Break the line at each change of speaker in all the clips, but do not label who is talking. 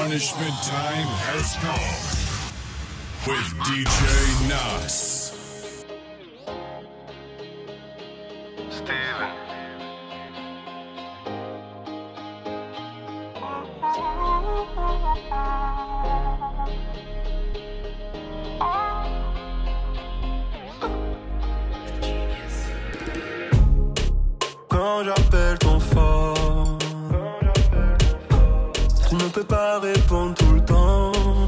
Punishment time has come with DJ Nas.
Steven.
Quand j'appelle ton phone, tu ne peux pas répondre tout le temps.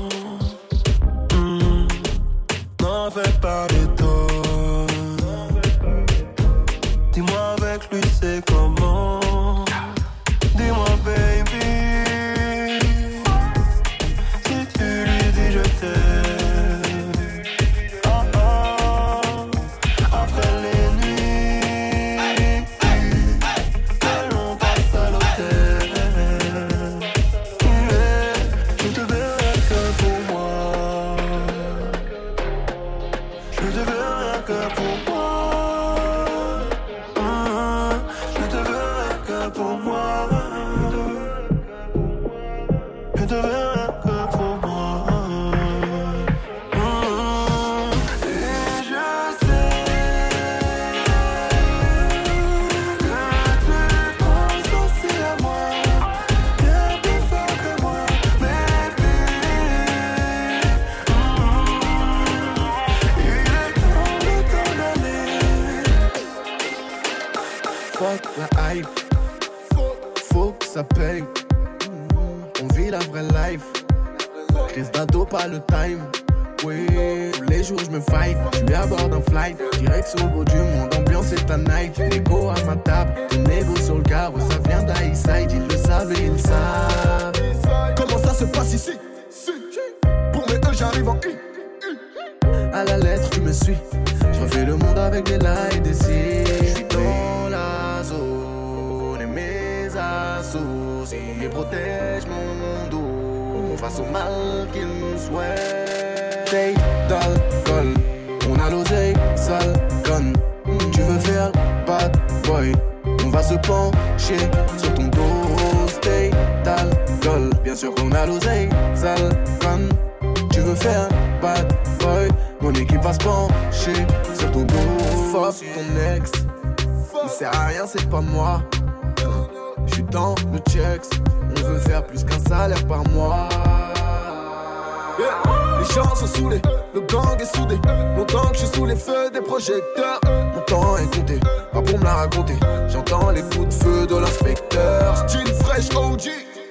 N'en fais pas des tonnes. Dis-moi avec lui c'est comment. Dis-moi baby, si tu lui dis je t'aime. Oh oh, après les nuits que l'on passe à l'hôtel, je te verrai que pour moi. Je te verrai que pour moi. Je te verrai que pour moi. Je te verrai que pour moi. Et je sais que tu penses aussi à moi, bien plus fort que moi, baby. Il est temps de t'en aller.
Fuck la hype, faut que ça paye. On vit la vraie life, crise d'ado pas le time. Oui, tous les jours je me fight, je suis à bord d'un flight, direct sur le bout du monde, ambiance est ta night. Négo à ma table, de négo sur le carreau, ça vient d'Highside, ils le savent et ils savent.
Comment ça se passe ici? Pour mes j'arrive en I.
À la lettre tu me suis, je refais le monde avec des lights, des cils. Je suis dans la zone et mes associés protègent mon dos face au mal qu'ils nous souhaitent. Tay d'alcool, on a l'oseille, sale conne. Tu veux faire bad boy, on va se pencher sur ton dos. Stay d'alcool, bien sûr qu'on a l'oseille, sale conne. Tu veux faire bad boy, mon équipe va se pencher sur ton dos. Fuck ton ex, il sert à rien, c'est pas moi. J'suis dans le checks, on veut faire plus qu'un salaire par mois.
Yeah. Les gens sont saoulés, le gang est soudé. Longtemps que je suis sous les feux des projecteurs.
Mon temps est compté, pas pour me la raconter. J'entends les coups de feu de l'inspecteur.
Style fresh OG,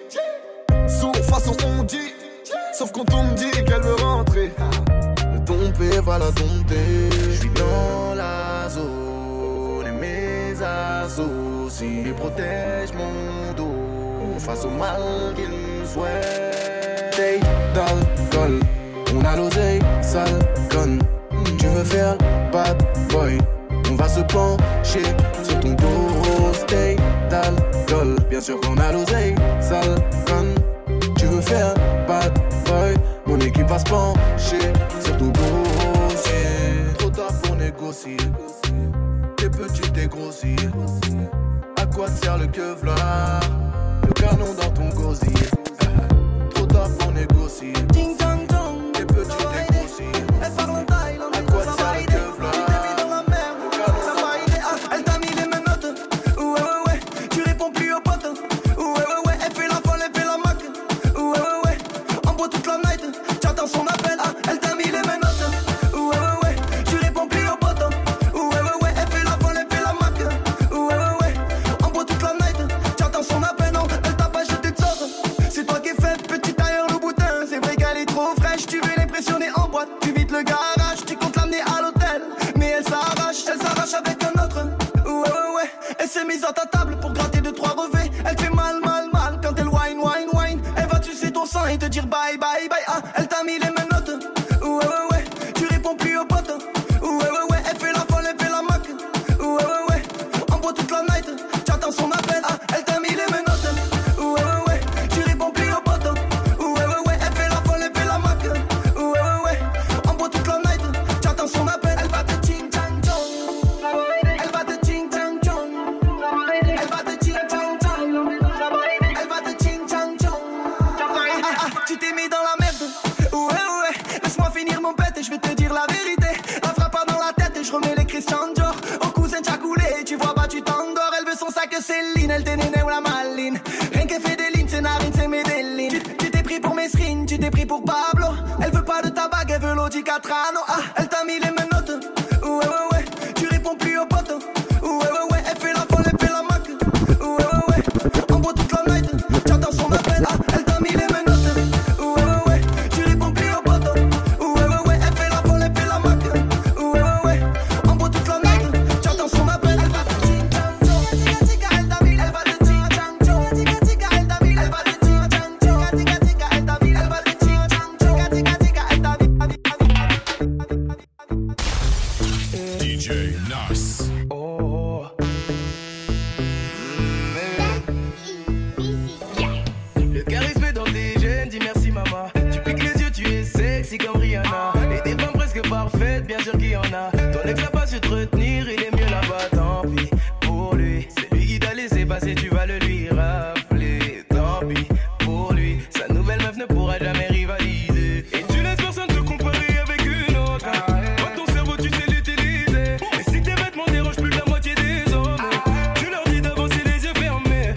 sourd façon on dit. Sauf quand on me dit qu'elle veut rentrer.
Le dompé va la dompter. J'suis dans la zone et mes associés protègent mon dos face au mal qu'ils nous souhaitent. Tay d'alcool, on a l'oseille, sale conne. Tu veux faire bad boy, on va se pencher sur ton dos. Stay d'alcool, bien sûr qu'on a l'oseille, sale conne. Tu veux faire bad boy, mon équipe va se pencher sur ton dossier. Trop tard pour négocier, t'es petit, t'es grossi. À quoi te sert le kevlar, le canon dans ton gosier. Trop tard pour négocier,
Ding dong dong,
t'es petit, t'es grossi.
elle parle en Thaïlande,
À quoi
ça
te sert
va
le
aider.
kevlar,
Tu t'es mis dans la merde,
le canon
ça
dans
va aider. Ah, elle t'a mis les menottes. Ouais ouais ouais, tu réponds plus aux potes. Ouais ouais ouais, elle fait la folle, elle fait la mac. Ouais ouais ouais, en boit toute la night. J'attends son appel. Ah, elle t'a mis les menottes. Ouais ouais ouais, tu réponds plus aux potes. Ouais ouais ouais, elle fait la folle, elle fait la mac. Ouais ouais ouais, en boit toute la night. J'attends son appel. Non, elle t'a pas jeté de sorte. C'est toi qui es faite, petit tailleur le boutin. C'est vrai qu'elle est trop fraîche, tu veux l'impressionner en boîte. Tu vides le garage, tu comptes l'amener à l'hôtel. Mais elle s'arrache avec un autre. Ouais ouais ouais, elle s'est mise à ta table pour gratter 2-3 revêts. Elle fait mal quand elle whine. Elle va tuer ton sang et te dire bye bye bye. Ah, elle t'a mis les menottes. Ouais ouais ouais, tu réponds plus aux potes. Ouais ouais ouais, elle fait la folle, elle fait la mac. Ouais ouais ouais, en boit toute la night. J'attends son appel. Ah, elle t'a mis les menottes. Ouais ouais ouais, tu réponds plus aux potes. Ouais ouais ouais, elle fait la folle, elle fait la mac. Ouais ouais ouais, en boit toute la night. J'attends son appel. Elle va te ching chang chong. Elle va te ching chang chong. Elle va te ching chang chong. Elle va te ching chang chong. tu t'es mis dans la merde. Ouais, laisse-moi finir mon pète et je vais te dire la vérité. La frappe pas dans la tête et je remets les Christian Dior. Au cousin t'as coulé, tu vois pas, tu t'endors. Elle veut son sac Céline, elle t'est néné ou la maline. Rien qu'elle fait des lignes, c'est narine, c'est Medellin. Tu t'es pris pour Mesrine, tu t'es pris pour Pablo. Elle veut pas de ta bague, elle veut l'Audi Catrano. Ah, elle t'a mis les menottes. Ouais, tu réponds plus aux potes. Ouais, elle fait la folle, elle fait la mac. Ouais, on boit toute la night. J'attends son appel. Ah, elle t'a mis les menottes. Ouais, tu réponds plus aux potes. Ouais, elle fait la folle, elle fait la mac. Ouais, on boit toute la night. J'attends son appel. Elle va te dire, elle t'a mis, elle va te dire, elle t'a mis, elle va te dire, elle t'a mis, elle va te dire,
DJ Nas.
Le charisme dans tes gènes, dis merci maman. Tu piques les yeux, tu es sexy comme Rihanna. Et des femmes presque parfaites, bien sûr qu'il y en a. Ton ex n'a pas su te retenir, il est mieux là-bas, tant pis pour lui. C'est lui qui t'a laissé passer, tu vas le lui rappeler. Tant pis pour lui, sa nouvelle meuf ne pourra jamais rivaliser. Et tu laisses personne te comparer avec une autre. Toi ton cerveau tu sais l'utiliser. Et si tes vêtements dérangent plus de la moitié des hommes, tu leur dis d'avancer les yeux fermés.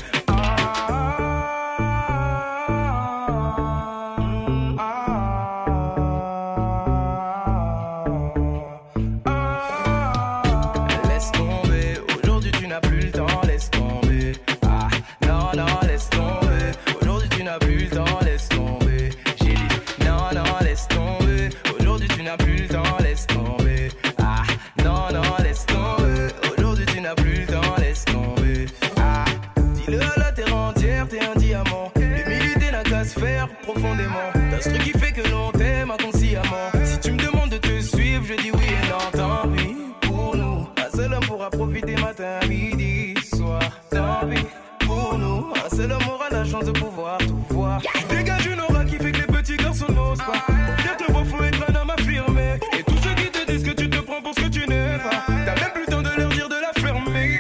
Laisse tomber, aujourd'hui tu n'as plus le temps, laisse tomber. Ah, non, laisse tomber. Aujourd'hui tu n'as plus le temps, laisse tomber. J'ai dit, non, laisse tomber. Aujourd'hui tu n'as plus le temps, laisse tomber. Ah, non, laisse tomber. Aujourd'hui tu n'as plus le temps, laisse tomber. Ah, dis-le à la terre entière, t'es un diamant. L'humilité n'a qu'à se faire profondément. T'as ce truc qui fait que l'on t'aime inconsciemment. Si tu me demandes de te suivre, je dis oui et non, tant pis pour nous. Un seul homme pourra profiter matin, midi, soir. Tant pis pour nous. Un seul homme aura la chance de pouvoir tout voir. Tu dégages une aura qui fait que les petits garçons n'osent pas. Pour bien te voir, faut être un homme affirmé. Et tous ceux qui te disent que tu te prends pour ce que tu n'es pas, t'as même plus le temps de leur dire de la fermer.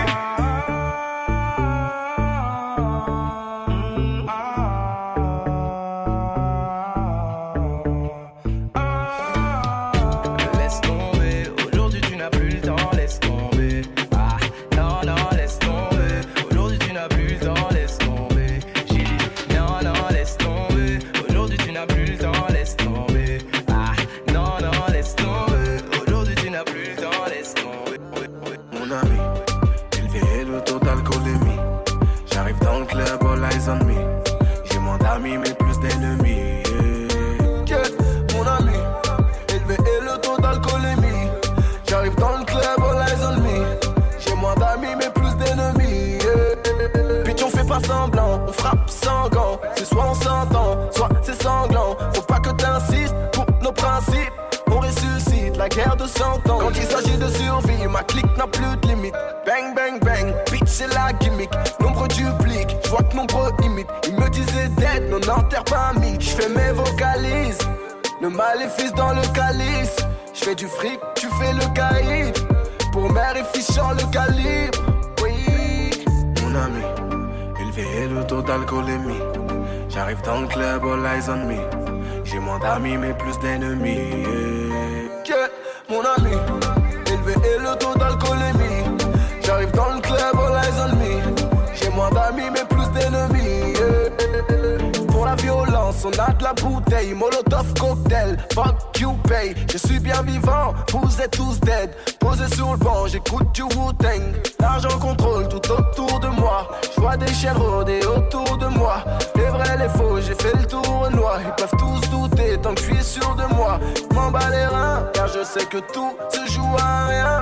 Laisse tomber, aujourd'hui tu n'as plus le temps, laisse tomber. Ah, non, laisse tomber. Aujourd'hui tu n'as plus le temps, laisse tomber. J'ai dit, non, laisse tomber. Aujourd'hui tu n'as plus le temps, laisse tomber. Ah, non, laisse tomber. Aujourd'hui tu n'as plus le temps, laisse tomber.
Mon ami, élevé et le taux d'alcoolémie. J'arrive dans le club, all eyes on me. J'ai moins d'amis mais plus d'ennemis. Yeah, mon ami, élevé et le taux d'alcoolémie. J'arrive dans le club, all eyes on me. J'ai moins d'amis mais plus d'ennemis. Yeah. Bitch, on fait pas semblant, on frappe sans gants. C'est soit on s'entend, soit c'est sanglant. Faut pas que t'insistes pour nos principes. On ressuscite la guerre de 100 ans. Quand il s'agit de survie, ma clique n'a plus de limite. Bang, bang, bang, bitch c'est la gimmick. Nombre duplique, je vois que nombre imite. Ils me disaient dead, non n'enterre pas un mythe. Je fais mes vocalises, le maléfice dans le calice. Je fais du fric, tu fais le caïd. Pour mère et fils sur le calibre. Oui, mon ami, élevé et le taux d'alcoolémie. J'arrive dans le club, all eyes on me. J'ai moins d'amis mais plus d'ennemis. Yeah, mon ami, élevé et le taux d'alcoolémie. J'arrive dans le club, all eyes on me. J'ai moins d'amis mais plus d'ennemis. Yeah. Pour la violence, on a de la bouteille. Molotov cocktail, fuck you pay. Je suis bien vivant, vous êtes tous dead. Posé sur le banc, j'écoute du Wu-Tang. L'argent contrôle tout autour de moi. Je vois des chiens rôder autour de moi. Les vrais, les faux, j'ai fait le tournoi. Ils peuvent tous douter tant que je suis sûr de moi. M'en bats les reins, car je sais que tout se joue à rien.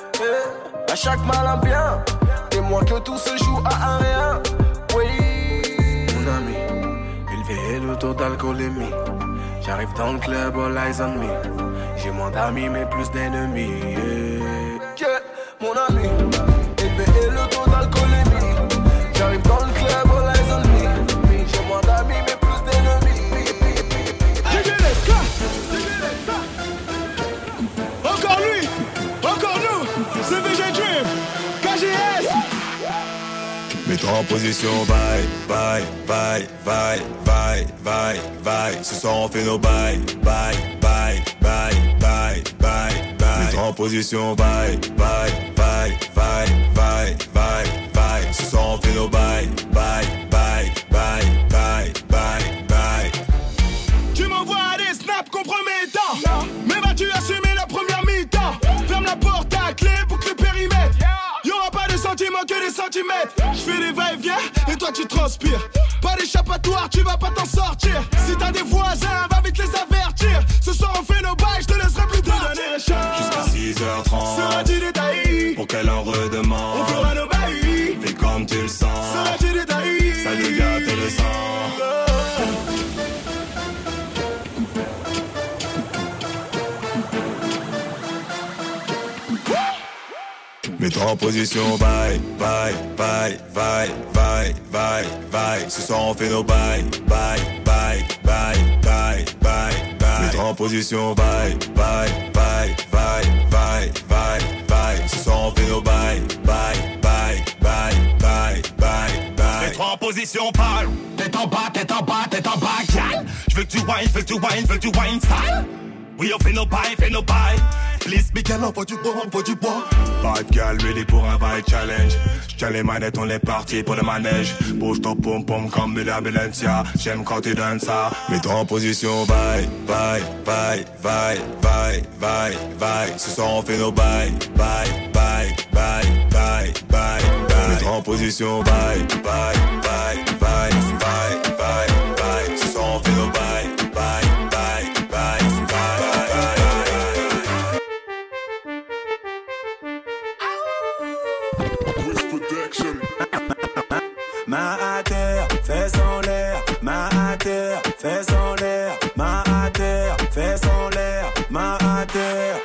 À chaque mal un bien, témoin que tout se joue à un rien. Oui, mon ami, élevé et le taux d'alcoolémie. J'arrive dans le club, all eyes on me. J'ai moins d'amis mais plus d'ennemis. Yeah, mon ami, élevé et le taux d'alcoolémie. J'arrive dans le club, all eyes on me. J'ai moins d'amis mais plus d'ennemis.
Encore lui, encore nous, c'est VG Dream, KGS.
Mets-toi en position, bye, bye, bye, bye, bye. vaille, vaille, vaille. Ce soir on fait nos bails, bails, bails, bails, bails, bails, bails. Mets-toi en position, vaille, vaille, vaille, vaille, vaille, vaille, vaille. Ce soir on fait nos bails, bails, bails, bails, bails, bails, bails.
Tu m'envoies des snaps compromettants, mais vas-tu assumer la première mi-temps? Ferme la porte à clé, boucle le périmètre. Y'aura pas de sentiments que des centimètres. J'fais des va-et-vient et toi tu transpires. Pas d'échappatoire, tu vas pas t'en sortir. Si t'as des voisins, va vite les avertir. Ce soir on fait nos bails, je te laisserai plus tard.
Jusqu'à 6h30
Seras-tu détaillé?
pour qu'elle en redemande.
On fera nos bails.
Fais comme tu le sens.
Seras-tu détaillé?
Ça devient intéressant. Mets-toi en position, vaille, vaille, vaille, vaille, vaille, vaille, vaille. Ce soir on fait nos bails, bails, bails, bails, bails, bails, bails. Mets-toi en position, vaille, vaille, vaille, vaille, vaille, vaille, vaille. Ce soir on fait nos bails, bails, bails, bails, bails, bails, bails.
Mets-toi en position, parle. Tête en bas, tête en bas, tête en bas, gal. J'veux que tu whines, veux que tu whines, veux que tu whines, style. Oui, on fait nos bails, fait nos bails. Please, big gal, on faut du bois, on faut du bois.
Bad gal, ready pour un vibe challenge. J'tiens les manettes, on est parti pour le manège. Bouge ton pom pom comme de la Balenciaga. J'aime quand tu donnes ça. Mets-toi en position, vaille, vaille, vaille, vaille, vaille, vaille, vaille. Ce soir on fait nos bails, bails, bails, bails, bails, bails, bails. Mets-toi en position, vaille, vaille, vaille, vaille, vaille, vaille, vaille. Ce soir on fait nos bails, bails, bails, bails, bails, bails.
Main à terre, fesses en l'air, main à terre, fesses en l'air, main à terre, fesses en l'air, main à terre.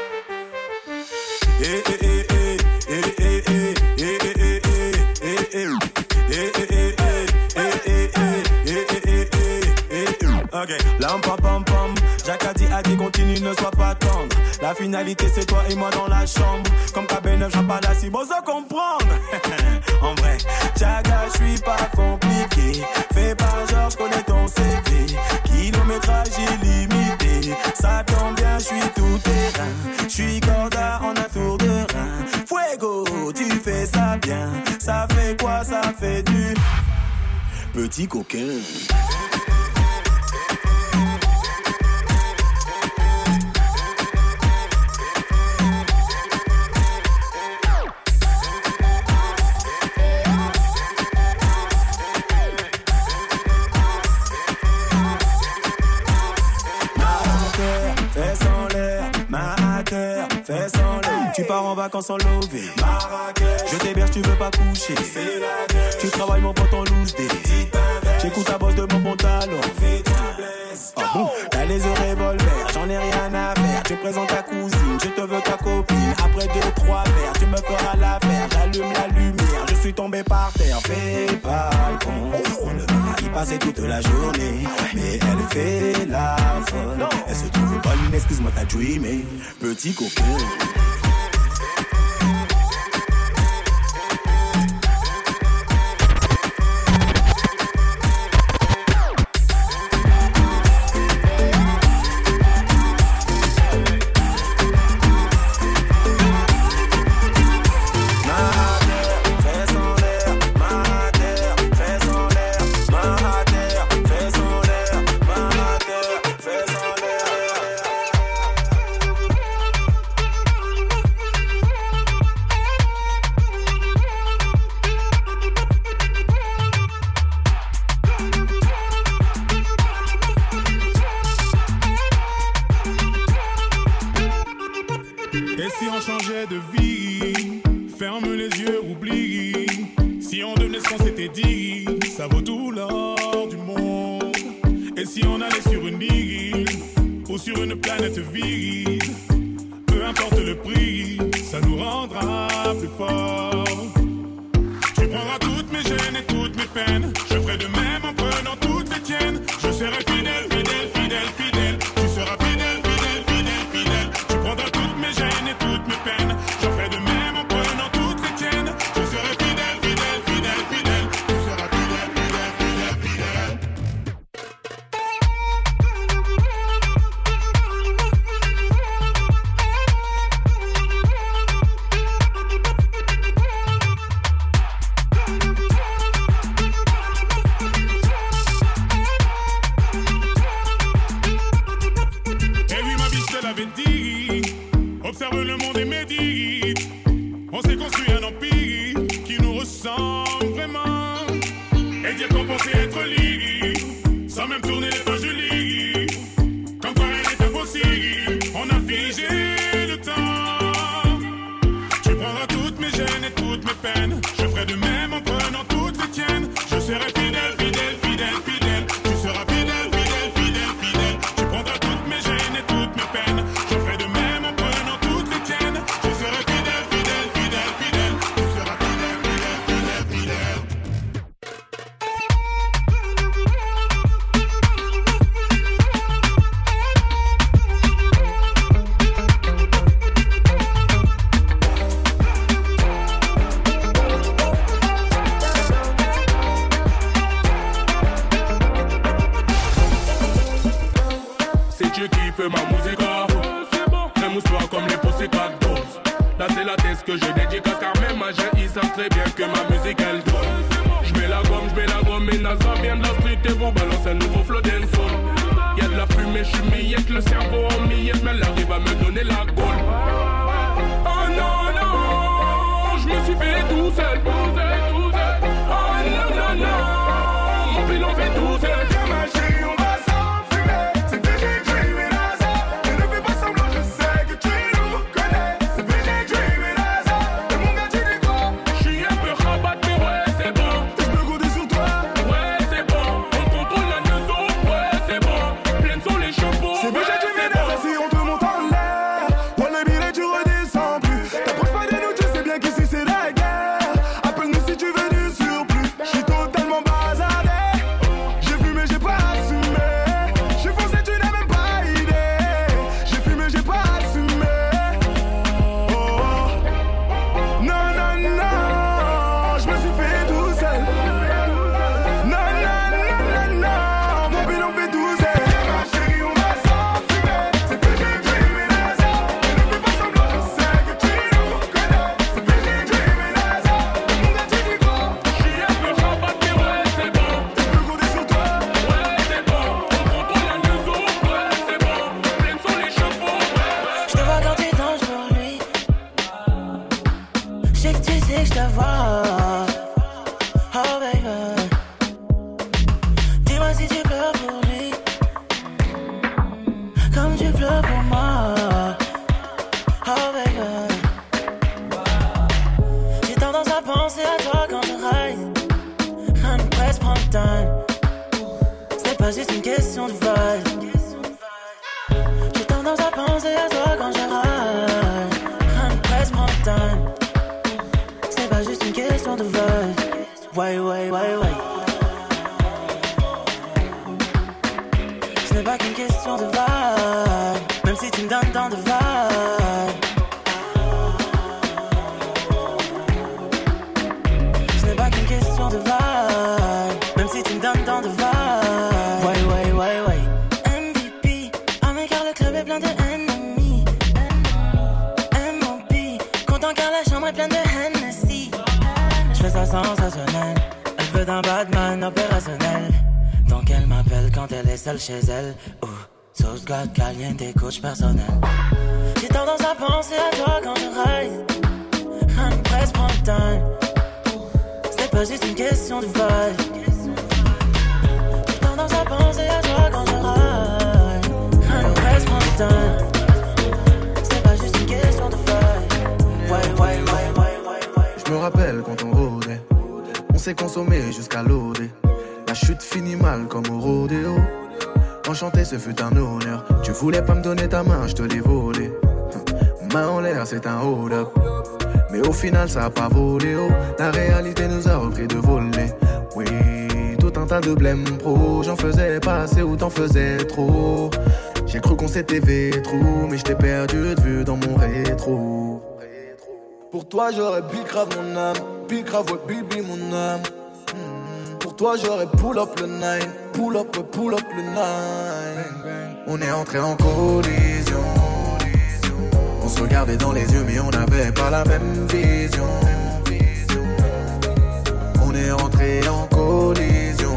Ok, lampa pam pam, Jacadi a dit continue, ne sois pas tendre. La finalité c'est toi et moi dans la chambre. Comme KB9, j'en pas la si bon ça comprendre. En vrai, Tchaga, j'suis pas compliqué. Fais pas genre, j'connais ton CV. Kilométrage illimité. Ça tombe bien, j'suis tout terrain. J'suis corda en un tour de rein. Fuego, tu fais ça bien. Ça fait quoi? Ça fait du petit coquin. Tu pars en vacances en lové. Marrakech. Je t'héberge, tu veux pas coucher. C'est la gueule. Tu travailles mon pote en loose day. J'écoute ta bosse de mon pantalon. Oh bon, t'as les yeux revolver. J'en ai rien à faire. Tu présentes ta cousine, je te veux ta copine. Après 2-3 verres, tu me feras l'affaire. J'allume la lumière, je suis tombé par terre. Fais pas le con. On ne va y passer toute la journée. Mais elle fait la folle. Elle se trouve bonne, excuse-moi, t'as dreamé. Petit coquin.
le monde est médite. On s'est construit un empire qui nous ressemble vraiment. Et dire qu'on pensait être libre, sans même tourner les pages du lit. Comme quoi rien n'est impossible, on a figé le temps. Tu prendras toutes mes gênes et toutes mes peines. Je ferai de même en prenant toutes les tiennes. Je serai fidèle, fidèle, fidèle, fidèle. Tu seras fidèle, fidèle, fidèle, fidèle. Tu prendras toutes mes gênes et toutes mes peines. Je ferai de même en prenant toutes les tiennes. Je serai fidèle, fidèle, fidèle, fidèle. Tu seras fidèle, fidèle, fidèle, fidèle.
Si tu kiffes ma musique, remousse-toi comme les Pussycat Dolls. Là c'est la thèse que je dédicace car même ma gens ils savent très bien que ma musique elle donne. J'mets la gomme et NASA vient de la street et vous balance un nouveau flow dancehall. Y'a de la fumée, j'suis miette, le cerveau en miette, mais elle arrive à me donner la gaule. Oh non, non, j'me suis fait tout seul. Oh non, non, non, mon pilon fait tout seul.
Viens ma chérie, on va s'enfumer. C'est VG Dream et NASA. Ne fais pas semblant, je sais que tu nous connais. C'est VG Dream et NASA. Et mon gars, tu dis quoi?
J'suis un peu rabat, mais ouais, c'est bon.
Je peux compter sur toi.
Ouais, c'est bon. On contrôle la maison. Ouais, c'est bon. Pleines sont les chapeaux.
C'est VG
Ouais,
Dream et
c'est
NASA.
bon.
Si on te monte en l'air, prends les billets, tu redescends plus. T'approches pas de nous, tu sais bien qu'ici c'est la guerre. Appelle-nous si tu veux du surplus. J'suis totalement bazardé. J'ai fumé, j'ai pas assumé. J'ai foncé, tu n'as même pas idée. J'ai fumé, j'ai pas assumé. Oh, oh. Non, non, non, je me suis fait tout seul. Non, non, non, non, non, mon bilan fait tout seul. Viens ma chérie, on va s'enfumer. C'est VG Dream et NASA. Et ne fais pas semblant, je sais que tu nous connais. C'est VG Dream et NASA. Et mon gars, tu dis quoi?
J'suis un peu rabat, mais ouais, c'est bon.
Je peux compter sur toi.
Ouais, c'est bon. On contrôle la maison. Ouais, c'est bon. Pleines sont les chapeaux. Ouais,
Je te vois quand tu danses pour lui. Je sais que tu sais que je te vois. Oh baby. Dis-moi si tu pleures pour lui, comme tu pleures pour moi. Oh baby. J'ai tendance à penser à toi quand je ride. Honey, presse, prends le time. C'est pas juste une question de vibe. J'ai tendance à penser à toi quand je ride. Honey, presse, prends le time. C'est pas juste une question de vibe. Ouais, ouais, ouais, ouais. Ce n'est pas qu'une question de vibe. Même si tu me donnes tant de vibe. Ce n'est pas qu'une question de vibe. Même si tu me donnes tant de vibe. Ouais, ouais, ouais, ouais. MVP, ah mais car le club est plein de ennemis. M.O.P, content car la chambre est pleine de Hennessy. Je fais ça sensationnel. Elle veut d'un Batman opérationnel. Donc elle m'appelle quand elle est seule chez elle. Sauce God caliente, coach personnel. J'ai tendance à penser à toi quand je ride. Honey, presse, prends le time. C'est pas juste une question de vibe. J'ai tendance à penser à toi quand je ride. Honey, presse, prends le time. C'est pas juste une question de vibe. Ouais, ouais, ouais, ouais, ouais, ouais.
Je me rappelle quand on rôdait, on s'est consommé jusqu'à l'OD. La chute finit mal comme au rodéo. Enchanté, ce fut un honneur. Tu voulais pas me donner ta main, je te l'ai volé. Main en l'air, c'est un hold-up. Mais au final, ça a pas volé haut. La réalité nous a repris de voler. Oui, tout un tas de blême pro. J'en faisais pas assez ou t'en faisais trop. J'ai cru qu'on s'était vétro, mais je t'ai perdu de vue dans mon rétro.
Pour toi j'aurais big grave mon âme, big grave ouais baby mon âme. Pour toi j'aurais pull up le 9, pull up le 9.
On est entré en collision. On se regardait dans les yeux mais on n'avait pas la même vision. On est entré en collision.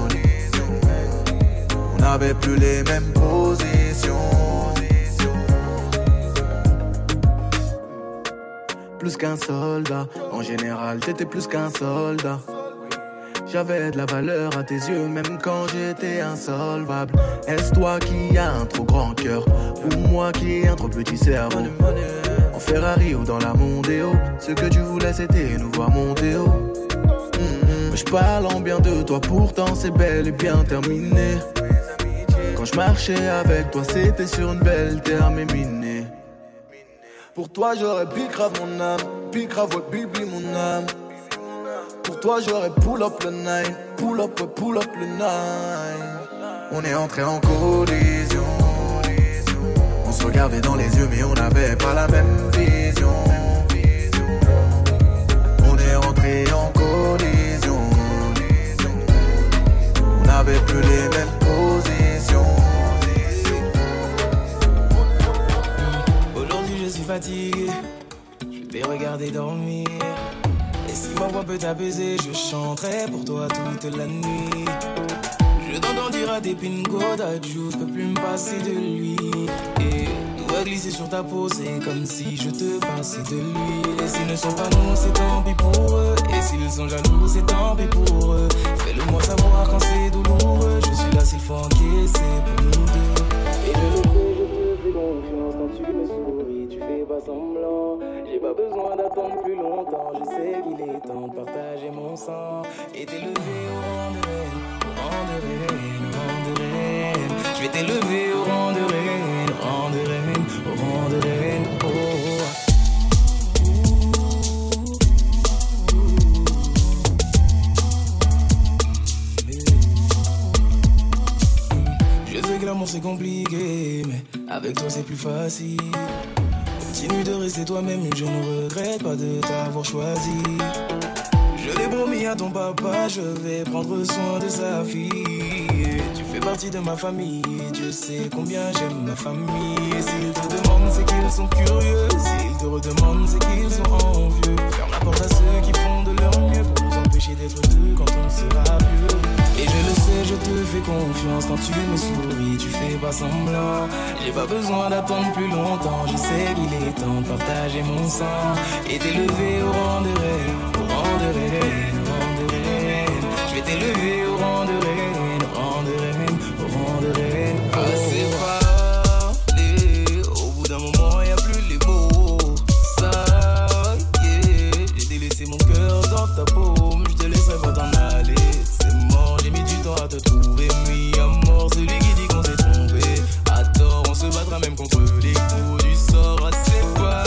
On n'avait plus les mêmes positions.
plus qu'un soldat. En général, t'étais plus qu'un soldat. J'avais de la valeur à tes yeux, même quand j'étais insolvable. Est-ce toi qui as un trop grand cœur, ou moi qui ai un trop petit cerveau? En Ferrari ou dans la Mondeo, ce que tu voulais c'était nous voir monter haut. Mais je parle en bien de toi, pourtant c'est bel et bien terminé. Quand je marchais avec toi, c'était sur une belle terre minée.
Pour toi j'aurais bicrave mon âme, bicrave ouais bibi mon âme. Pour toi j'aurais pull up le nine, pull up le nine. On est entré en collision. On se regardait dans les yeux mais on n'avait pas la même vision. On est rentré en collision. On n'avait plus les mêmes positions.
Aujourd'hui je suis fatigué, je vais regarder dormir. Et si ma voix peut t'apaiser, je chanterai pour toi toute la nuit. Je t'entends dire à tes pin codes adieu, je peux plus me passer de lui. Et tout va glisser sur ta peau, c'est comme si je te passais de lui. Et s'ils ne sont pas nous, c'est tant pis pour eux. Et s'ils sont jaloux, c'est tant pis pour eux. Fais-le-moi savoir quand c'est douloureux. Je suis là s'il faut encaisser pour nous deux. Et je te fais confiance quand tu me souris, tu fais pas semblant. J'ai pas besoin d'attendre plus longtemps, je sais qu'il est temps de partager mon sang. Et t'élever au rang de reine, au rang de reine, au rang de reine. Je vais t'élever au rang de reine, au rang de reine, au rang de reine, oh. Je sais que l'amour c'est compliqué, mais avec toi c'est plus facile. Continue de rester toi-même, je ne regrette pas de t'avoir choisi. Je l'ai promis à ton papa, je vais prendre soin de sa fille. Tu fais partie de ma famille, Dieu sait combien j'aime ma famille. Et s'ils te demandent, c'est qu'ils sont curieux. S'ils te redemandent, c'est qu'ils sont envieux. Ferme la porte à ceux qui font de leur mieux pour nous empêcher d'être deux quand on sera vieux. Et je le sais, je te fais confiance quand tu me souris, tu fais pas semblant. J'ai pas besoin d'attendre plus longtemps, je sais qu'il est temps de partager mon sang. Et t'élever au rang de reine, au rang de reine, au rang de reine. Je vais t'élever au rang de reine, au rang de reine, au rang de reine. Assez parlé, au bout d'un moment y'a plus les mots. Ça y est, j'ai délaissé mon cœur dans ta paume, je te laisserai pas t'en aller. J'ai mis du temps à te trouver, mis à mort celui qui dit qu'on s'est trompé. À tort, on se battra même contre les coups du sort. Assez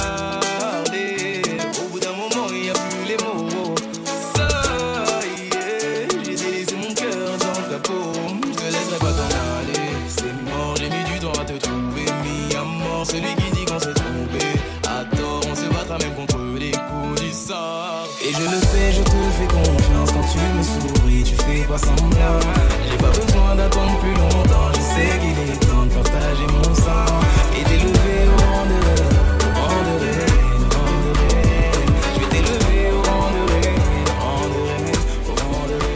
parlé, au bout d'un moment il n'y a plus les mots. Ça y est, j'ai délaissé mon cœur dans ta paume, je te laisserai pas t'en aller. C'est mort, j'ai mis du temps à te trouver, mis à mort celui qui dit qu'on s'est trompé. À tort, on se battra même contre les coups du sort. Et je le sais, je te fais confiance quand tu me souris, tu fais pas semblant. J'ai pas besoin d'attendre plus longtemps, je sais qu'il est temps de partager mon sang. Et t'élever au rang de reine, au rang de reine, au rang de reine. Je vais t'élever au rang de reine, au rang de reine, au rang de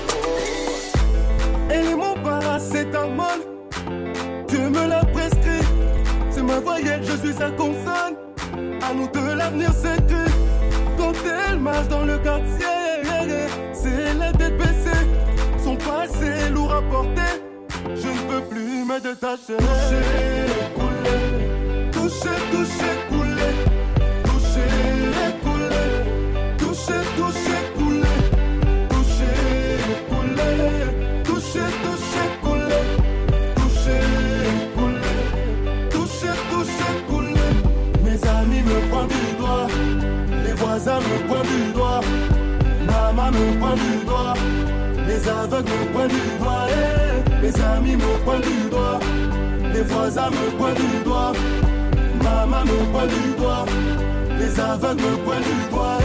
reine.
Elle est mon paracétamol, Dieu me l'a prescrit. C'est ma voyelle, je suis sa consonne. À nous de l'avenir s'écrit. Quand elle marche dans le quartier, c'est la tête baissée. Son passé lourd à porter, je ne peux plus me détacher. Toucher, couler, toucher, toucher, couler. Toucher, couler, toucher, toucher, couler. Toucher, couler, toucher, toucher, couler. Toucher, couler, toucher, toucher, couler. Mes amis me pointent du doigt, les voisins me pointent du doigt. Maman me pointe du doigt, les aveugles me pointent du doigt, mes amis me pointent du doigt, les voisins me pointent du doigt, maman me pointe du doigt, les aveugles me pointent du doigt.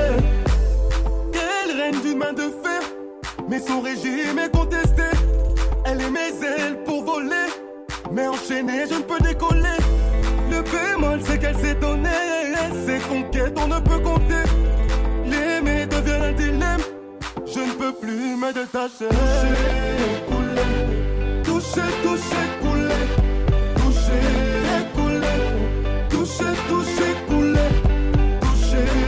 Elle règne d'une main de fer, mais son régime est contesté. Elle est mes ailes pour voler, mais enchaînée je ne peux décoller. Le bémol c'est qu'elle s'est donnée, ses conquêtes on ne peut compter. L'aimer devient un dilemme, je ne peux plus me détacher. Toucher, couler, toucher, toucher, couler. Toucher, couler, toucher, toucher, couler. Toucher,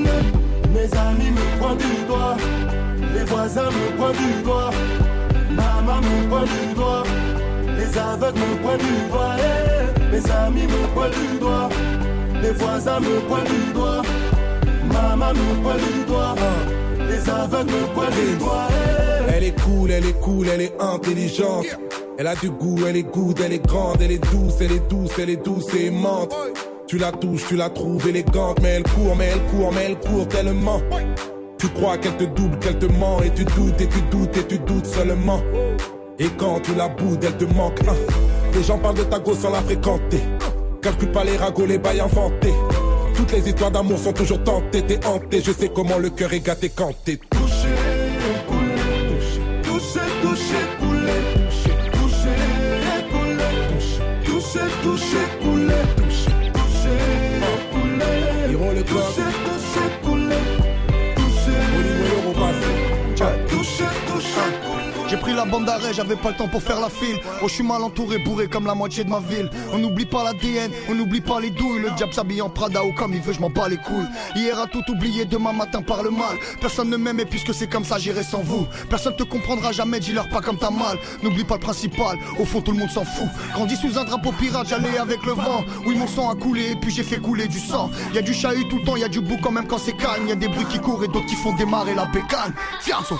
Mes amis me pointent du doigt, les voisins me pointent du doigt, maman me pointe du doigt, les aveugles me pointent du doigt, mes amis me pointent du doigt, les voisins me pointent du doigt, maman me pointe du doigt, les aveugles me pointent du doigt.
Elle est cool, elle est cool, elle est intelligente. Elle a du goût, elle est good, elle est grande, elle est douce, elle est douce, elle est douce et aimante. Tu la touches, tu la trouves élégante, mais elle court, mais elle court, mais elle court tellement. Tu crois qu'elle te double, qu'elle te ment, et tu doutes, et tu doutes, et tu doutes seulement. Et quand tu la boudes, elle te manque. Les gens parlent de ta go sans la fréquenter. Calcule pas les ragots, les bails inventés. Toutes les histoires d'amour sont toujours tentées, t'es hanté. Je sais comment le cœur est gâté quand t'es touché.
Touché, touché, poulet. Touché, poulet. Touché, touché, poulet. Touché, poulet.
Hiro le club.
Touché, touché, poulet. Touché, touché, touché, poulet.
J'ai pris la bande d'arrêt, j'avais pas le temps pour faire la file. Oh, je suis mal entouré, bourré comme la moitié de ma ville. On n'oublie pas l'ADN, on n'oublie pas les douilles. Le diable s'habille en Prada ou comme il veut, je m'en bats les couilles. Hier a tout oublié, demain matin par le mal. Personne ne m'aime et puisque c'est comme ça, j'irai sans vous. Personne te comprendra jamais, dis-leur pas comme t'as mal. N'oublie pas le principal, au fond tout le monde s'en fout. Grandi sous un drapeau pirate, j'allais avec le vent. Oui, mon sang a coulé et puis j'ai fait couler du sang. Y'a du chahut tout le temps, y'a du bout quand même quand c'est calme. Y'a des bruits qui courent et d'autres qui font démarrer la bécane. Fianzo.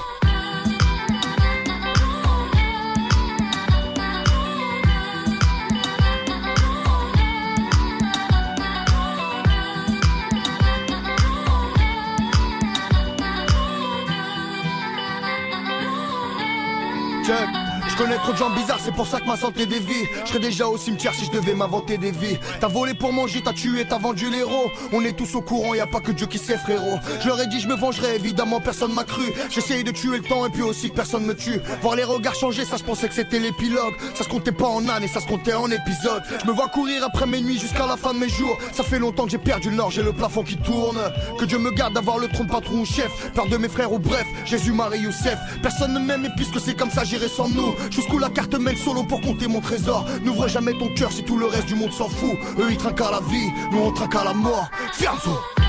Je connais trop de gens bizarres, c'est pour ça que ma santé dévie. Je serais déjà au cimetière si je devais m'inventer des vies. T'as volé pour manger, t'as tué, t'as vendu l'héros. On est tous au courant, y a pas que Dieu qui sait frérot. Je leur ai dit je me vengerai, évidemment personne m'a cru. J'essayais de tuer le temps et puis aussi que personne me tue. Voir les regards changer, ça je pensais que c'était l'épilogue. Ça se comptait pas en années, ça se comptait en épisodes. Je me vois courir après mes nuits jusqu'à la fin de mes jours. Ça fait longtemps que j'ai perdu le nord, j'ai le plafond qui tourne. Que Dieu me garde d'avoir le trône patron ou chef. Peur de mes frères ou bref, Jésus, Marie, Youssef. Personne ne m'aime et puisque c'est comme ça j'irai sans nous. Jusqu'où la carte mène solo pour compter mon trésor. N'ouvre jamais ton cœur si tout le reste du monde s'en fout. Eux ils trinquent à la vie, nous on trinque à la mort. Fianzo.